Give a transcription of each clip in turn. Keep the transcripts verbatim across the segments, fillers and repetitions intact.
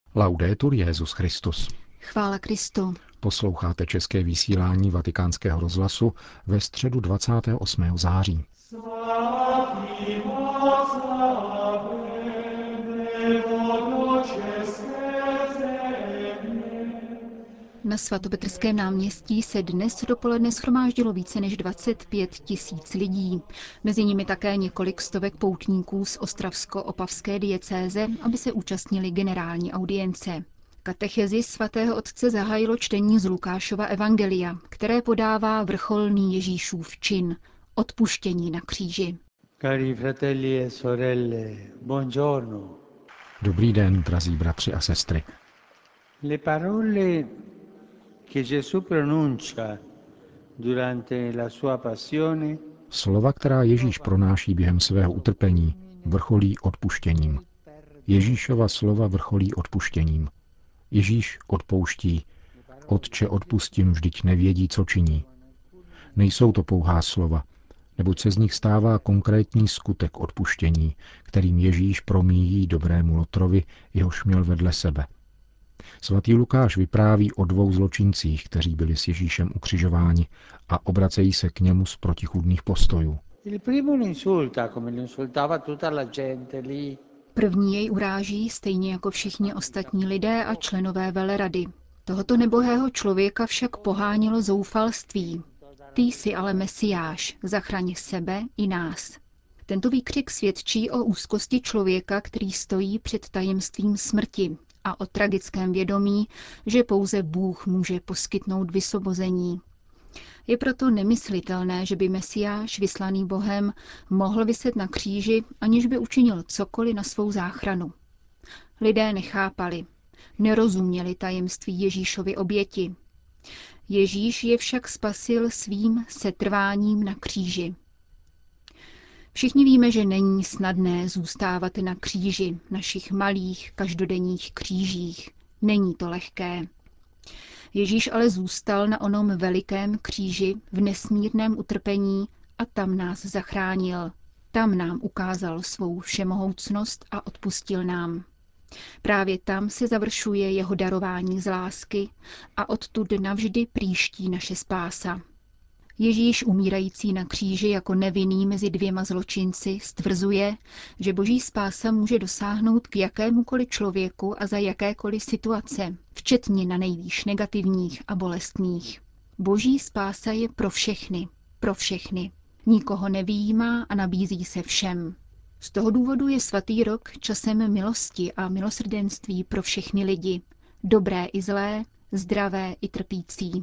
Laudetur Jesus Christus. Chvála Kristu. Posloucháte české vysílání Vatikánského rozhlasu ve středu dvacátého osmého září. Na svatopetrském náměstí se dnes dopoledne shromáždilo více než dvacet pět tisíc lidí. Mezi nimi také několik stovek poutníků z ostravsko-opavské diecéze, aby se účastnili generální audience. Katechezi svatého otce zahájilo čtení z Lukášova evangelia, které podává vrcholný Ježíšův čin – odpuštění na kříži. Cari fratelli e sorelle, buongiorno. Dobrý den, drazí bratři a sestry. Le parole che Gesù pronuncia durante la sua passione Slova, která Ježíš pronáší během svého utrpení, vrcholí odpuštěním. Ježíšova slova vrcholí odpuštěním. Ježíš odpouští. Otče, odpustím, vždyť nevědí, co činí. Nejsou to pouhá slova, neboť se z nich stává konkrétní skutek odpuštění, kterým Ježíš promíjí dobrému Lotrovi, jehož měl vedle sebe. Svatý Lukáš vypráví o dvou zločincích, kteří byli s Ježíšem ukřižováni a obracejí se k němu z protichůdných postojů. První jej uráží, stejně jako všichni ostatní lidé a členové velerady. Tohoto nebohého člověka však pohánilo zoufalství. Ty jsi ale Mesiáš, zachraň sebe i nás. Tento výkřik svědčí o úzkosti člověka, který stojí před tajemstvím smrti, a o tragickém vědomí, že pouze Bůh může poskytnout vysvobození. Je proto nemyslitelné, že by Mesiáš, vyslaný Bohem, mohl viset na kříži, aniž by učinil cokoliv na svou záchranu. Lidé nechápali, nerozuměli tajemství Ježíšovy oběti. Ježíš je však spasil svým setrváním na kříži. Všichni víme, že není snadné zůstávat na kříži, našich malých, každodenních křížích. Není to lehké. Ježíš ale zůstal na onom velikém kříži v nesmírném utrpení a tam nás zachránil. Tam nám ukázal svou všemohoucnost a odpustil nám. Právě tam se završuje jeho darování z lásky a odtud navždy příští naše spása. Ježíš, umírající na kříži jako nevinný mezi dvěma zločinci, stvrzuje, že boží spása může dosáhnout k jakémukoliv člověku a za jakékoliv situace, včetně na nejvýš negativních a bolestných. Boží spása je pro všechny, pro všechny. Nikoho nevyjímá a nabízí se všem. Z toho důvodu je svatý rok časem milosti a milosrdenství pro všechny lidi, dobré i zlé, zdravé i trpící.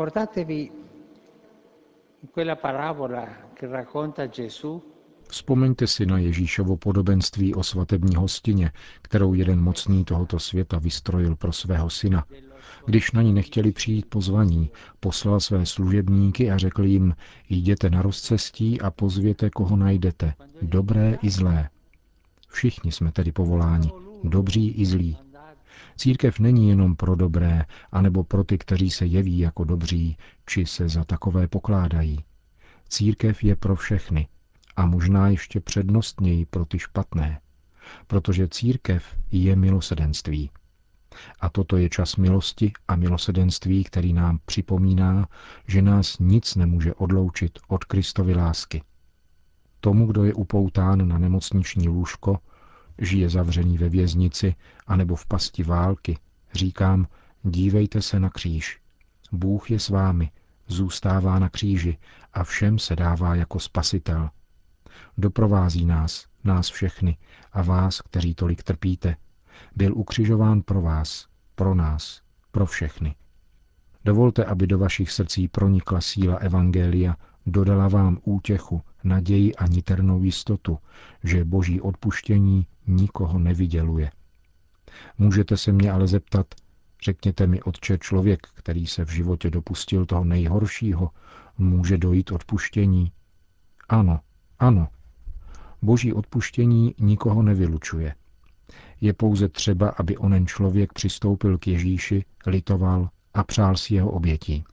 Vzpomeňte si na Ježíšovo podobenství o svatební hostině, kterou jeden mocný tohoto světa vystrojil pro svého syna. Když na ní nechtěli přijít pozvaní, poslal své služebníky a řekl jim, jděte na rozcestí a pozvěte, koho najdete, dobré i zlé. Všichni jsme tedy povoláni, dobří i zlí. Církev není jenom pro dobré, anebo pro ty, kteří se jeví jako dobří, či se za takové pokládají. Církev je pro všechny a možná ještě přednostněji pro ty špatné, protože církev je milosrdenství. A toto je čas milosti a milosrdenství, který nám připomíná, že nás nic nemůže odloučit od Kristovy lásky. Tomu, kdo je upoután na nemocniční lůžko, žije zavřený ve věznici anebo v pasti války, říkám, dívejte se na kříž. Bůh je s vámi, zůstává na kříži a všem se dává jako spasitel. Doprovází nás, nás všechny a vás, kteří tolik trpíte. Byl ukřižován pro vás, pro nás, pro všechny. Dovolte, aby do vašich srdcí pronikla síla evangelia, dodala vám útěchu, naději a niternou jistotu, že boží odpuštění nikoho nevyděluje. Můžete se mě ale zeptat, řekněte mi, otče, člověk, který se v životě dopustil toho nejhoršího, může dojít odpuštění? Ano, ano. Boží odpuštění nikoho nevylučuje. Je pouze třeba, aby onen člověk přistoupil k Ježíši, litoval a přál si jeho obětí.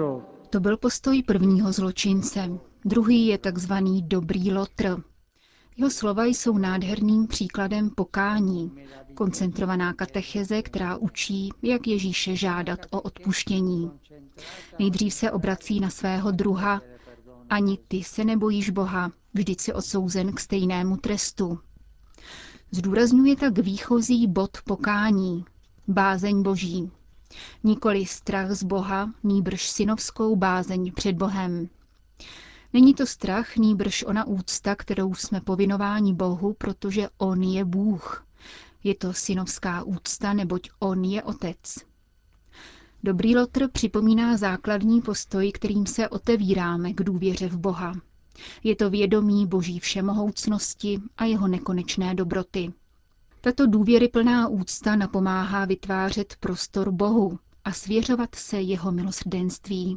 To byl postoj prvního zločince. Druhý je takzvaný dobrý Lotr. Jeho slova jsou nádherným příkladem pokání, koncentrovaná katecheze, která učí, jak Ježíše žádat o odpuštění. Nejdřív se obrací na svého druha. Ani ty se nebojíš Boha, vždyť jsi odsouzen k stejnému trestu. Zdůrazňuje tak výchozí bod pokání, bázeň Boží. Nikoli strach z Boha, nýbrž synovskou bázeň před Bohem. Není to strach, nýbrž ona úcta, kterou jsme povinováni Bohu, protože On je Bůh. Je to synovská úcta, neboť On je Otec. Dobrý Lotr připomíná základní postoj, kterým se otevíráme k důvěře v Boha. Je to vědomí Boží všemohoucnosti a jeho nekonečné dobroty. Tato důvěryplná úcta napomáhá vytvářet prostor Bohu a svěřovat se jeho milosrdenství.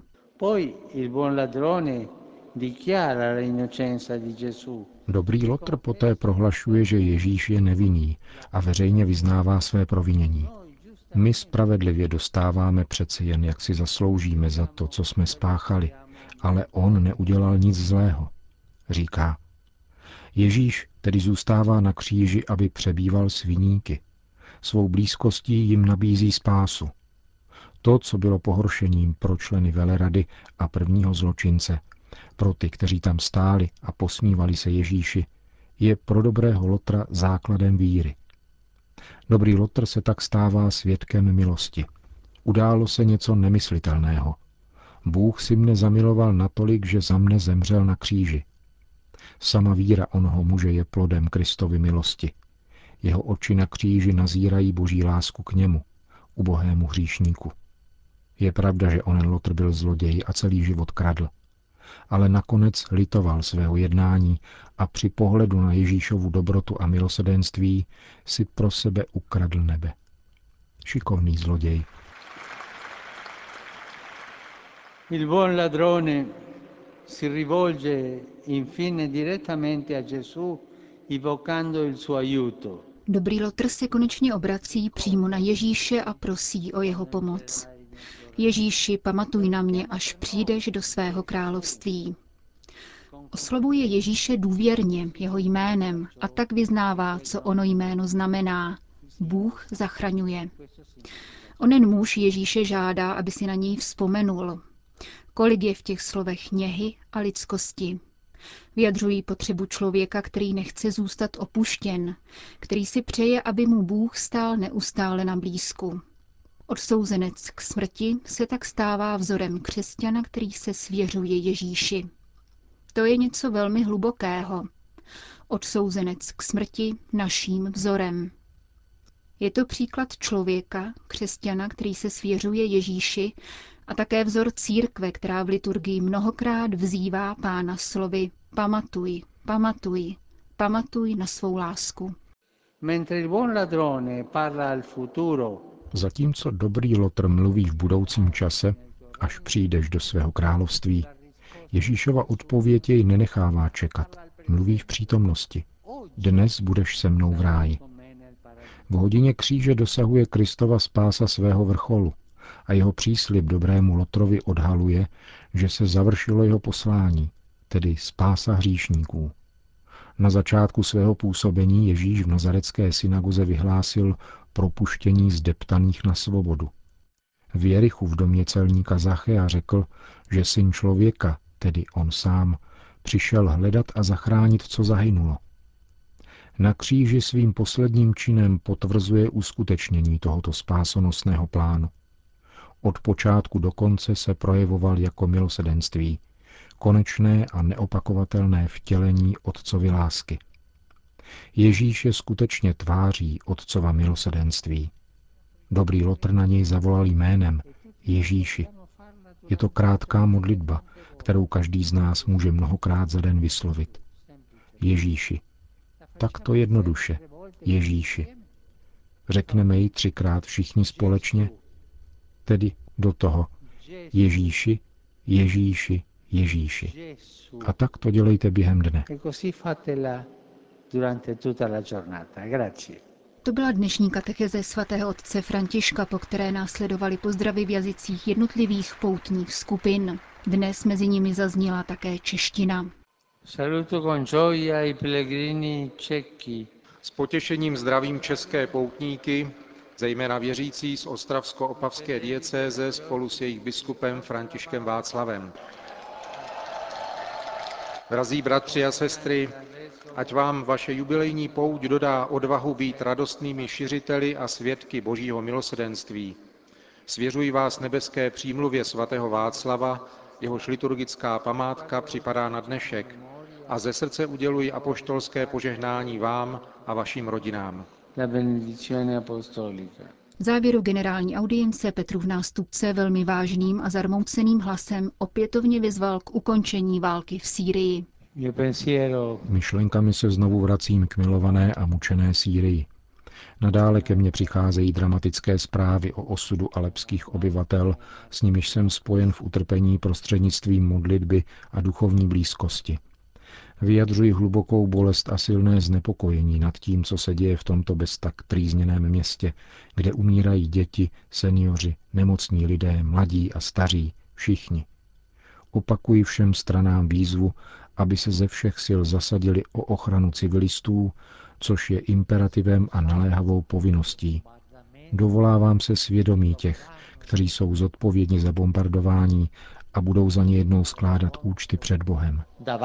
Dobrý Lotr poté prohlašuje, že Ježíš je nevinný a veřejně vyznává své provinění. My spravedlivě dostáváme přece jen, jak si zasloužíme za to, co jsme spáchali, ale on neudělal nic zlého, říká. Ježíš tedy zůstává na kříži, aby přebýval s viníky. Svou blízkostí jim nabízí spásu. To, co bylo pohoršením pro členy velerady a prvního zločince, pro ty, kteří tam stáli a posmívali se Ježíši, je pro dobrého Lotra základem víry. Dobrý Lotr se tak stává svědkem milosti. Událo se něco nemyslitelného. Bůh si mne zamiloval natolik, že za mne zemřel na kříži. Sama víra onoho muže je plodem Kristovy milosti. Jeho oči na kříži nazírají Boží lásku k němu, ubohému hříšníku. Je pravda, že onen Lotr byl zloděj a celý život kradl. Ale nakonec litoval svého jednání a při pohledu na Ježíšovu dobrotu a milosrdenství si pro sebe ukradl nebe. Šikovný zloděj. Il buon ladrone si rivolge infine direttamente a Gesù, invocando il suo aiuto. Dobrý Lotr se konečně obrací přímo na Ježíše a prosí o jeho pomoc. Ježíši, pamatuj na mě, až přijdeš do svého království. Oslovuje Ježíše důvěrně, jeho jménem, a tak vyznává, co ono jméno znamená. Bůh zachraňuje. Onen muž Ježíše žádá, aby si na něj vzpomenul. Kolik je v těch slovech něhy a lidskosti. Vyjadřují potřebu člověka, který nechce zůstat opuštěn, který si přeje, aby mu Bůh stál neustále na blízku. Odsouzenec k smrti se tak stává vzorem křesťana, který se svěřuje Ježíši. To je něco velmi hlubokého. Odsouzenec k smrti naším vzorem. Je to příklad člověka, křesťana, který se svěřuje Ježíši, a také vzor církve, která v liturgii mnohokrát vzývá Pána slovy pamatuj, pamatuj, pamatuj na svou lásku. Zatímco dobrý Lotr mluví v budoucím čase, až přijdeš do svého království, Ježíšova odpověď jej nenechává čekat. Mluví v přítomnosti. Dnes budeš se mnou v ráji. V hodině kříže dosahuje Kristova spása svého vrcholu a jeho příslib dobrému Lotrovi odhaluje, že se završilo jeho poslání, tedy spása hříšníků. Na začátku svého působení Ježíš v nazarecké synagoze vyhlásil propuštění zdeptaných na svobodu. V Jerichu v domě celníka Zachea řekl, že syn člověka, tedy on sám, přišel hledat a zachránit, co zahynulo. Na kříži svým posledním činem potvrzuje uskutečnění tohoto spásonosného plánu. Od počátku do konce se projevoval jako milosrdenství, konečné a neopakovatelné vtělení Otcovy lásky. Ježíš je skutečně tváří Otcova milosrdenství. Dobrý Lotr na něj zavolal jménem Ježíši. Je to krátká modlitba, kterou každý z nás může mnohokrát za den vyslovit. Ježíši. Takto jednoduše. Ježíši. Řekneme ji třikrát všichni společně, tedy do toho Ježíši, Ježíši, Ježíši. A tak to dělejte během dne. To byla dnešní katecheze svatého otce Františka, po které následovaly pozdravy v jazycích jednotlivých poutních skupin. Dnes mezi nimi zazněla také čeština. Saluto con gioia i pellegrini cechi. S potěšením zdravím české poutníky, zejména věřící z ostravsko-opavské diecéze spolu s jejich biskupem Františkem Václavem. Drazí bratři a sestry, ať vám vaše jubilejní pouť dodá odvahu být radostnými šiřiteli a svědky Božího milosrdenství. Svěřuji vás nebeské přímluvě svatého Václava, jehož liturgická památka připadá na dnešek, a ze srdce uděluji apoštolské požehnání vám a vašim rodinám. La benedizione apostolica. V závěru generální audience Petrův nástupce velmi vážným a zarmouceným hlasem opětovně vyzval k ukončení války v Sýrii. Myšlenkami se znovu vracím k milované a mučené Sýrii. Nadále ke mně přicházejí dramatické zprávy o osudu alepských obyvatel, s nimiž jsem spojen v utrpení prostřednictvím modlitby a duchovní blízkosti. Vyjadřuji hlubokou bolest a silné znepokojení nad tím, co se děje v tomto beztak trýzněném městě, kde umírají děti, seniori, nemocní lidé, mladí a staří, všichni. Opakuji všem stranám výzvu, aby se ze všech sil zasadili o ochranu civilistů, což je imperativem a naléhavou povinností. Dovolávám se svědomí těch, kteří jsou zodpovědni za bombardování a budou za ně jednou skládat účty před Bohem.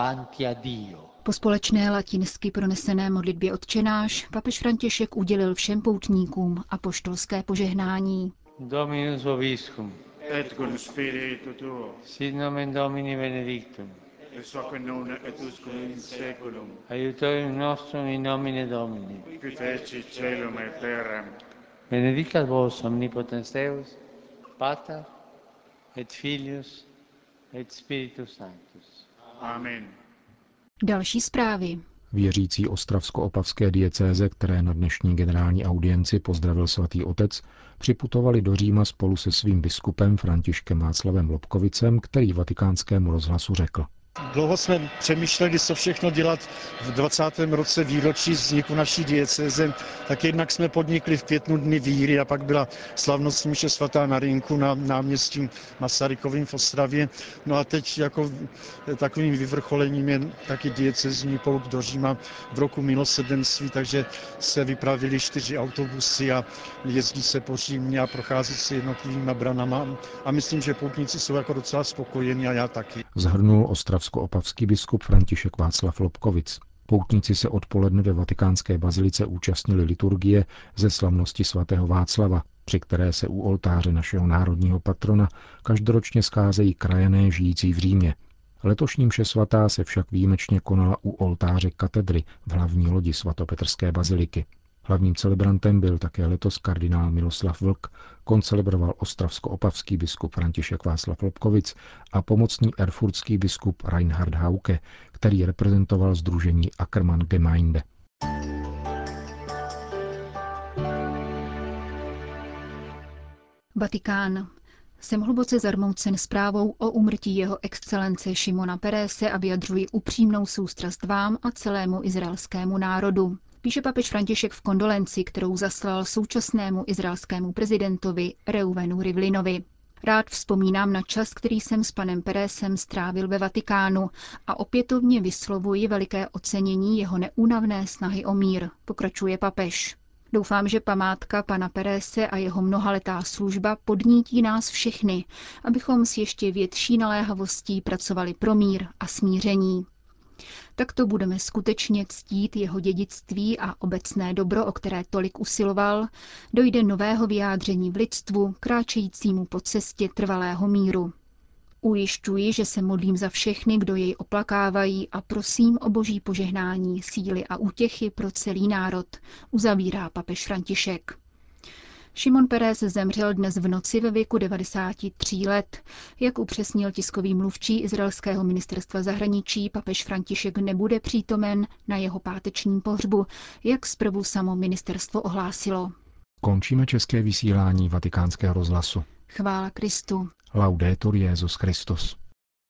Po společné latinsky pronesené modlitbě Otčenáš papež František udělil všem poutníkům apoštolské požehnání. Dominus vobiscum. Et cum spiritu tuo. Sit nomen Domini benedictum. Ex hoc nunc et usque in saeculum. Aiutorium nostrum in nomine Domini. Qui feci caelum et terram. Benedicat vos omnipotens Deus, Pater et Filius et Spiritus Sanctus. Amen. Další zprávy. Věřící ostravsko-opavské diecéze, které na dnešní generální audienci pozdravil svatý otec, připutovali do Říma spolu se svým biskupem Františkem Václavem Lobkovicem, který Vatikánskému rozhlasu řekl. Dlouho jsme přemýšleli, co všechno dělat v dvacátém roce výročí vzniku naší diecéze, tak jednak jsme podnikli v květnu Dny víry a pak byla slavnostní mše svatá na Rynku na náměstí Masarykovým v Ostravě. No a teď jako takovým vyvrcholením je taky diecézní pout do Říma v roku milosrdenství, takže se vypravili čtyři autobusy a jezdí se po Římě a prochází se jednotlivými branama a myslím, že poutníci jsou jako docela spokojení a já taky. Zhrnul ostravsko-opavský biskup František Václav Lobkovic. Poutníci se odpoledne ve vatikánské bazilice účastnili liturgie ze slavnosti svatého Václava, při které se u oltáře našeho národního patrona každoročně scházejí krajané žijící v Římě. Letošní mše svatá se však výjimečně konala u oltáře katedry v hlavní lodi svatopetrské baziliky. Hlavním celebrantem byl také letos kardinál Miloslav Vlk, koncelebroval ostravsko-opavský biskup František Václav Lobkovic a pomocný erfurtský biskup Reinhard Hauke, který reprezentoval sdružení Ackermann Gemeinde. Vatikán. Jsem hluboce zarmoucen zprávou o úmrtí jeho excelence Šimona Perese a vyjadřuji upřímnou soustrast vám a celému izraelskému národu. Píše papež František v kondolenci, kterou zaslal současnému izraelskému prezidentovi Reuvenu Rivlinovi. Rád vzpomínám na čas, který jsem s panem Peresem strávil ve Vatikánu a opětovně vyslovuji veliké ocenění jeho neúnavné snahy o mír, pokračuje papež. Doufám, že památka pana Perese a jeho mnohaletá služba podnítí nás všechny, abychom s ještě větší naléhavostí pracovali pro mír a smíření. Takto budeme skutečně ctít jeho dědictví a obecné dobro, o které tolik usiloval, dojde nového vyjádření v lidstvu, kráčejícímu po cestě trvalého míru. Ujišťuji, že se modlím za všechny, kdo jej oplakávají a prosím o boží požehnání, síly a útěchy pro celý národ, uzavírá papež František. Šimon Peres zemřel dnes v noci ve věku devadesáti tří let. Jak upřesnil tiskový mluvčí izraelského ministerstva zahraničí, papež František nebude přítomen na jeho pátečním pohřbu, jak zprvu samo ministerstvo ohlásilo. Končíme české vysílání Vatikánského rozhlasu. Chvála Kristu. Laudetur Jesus Christus.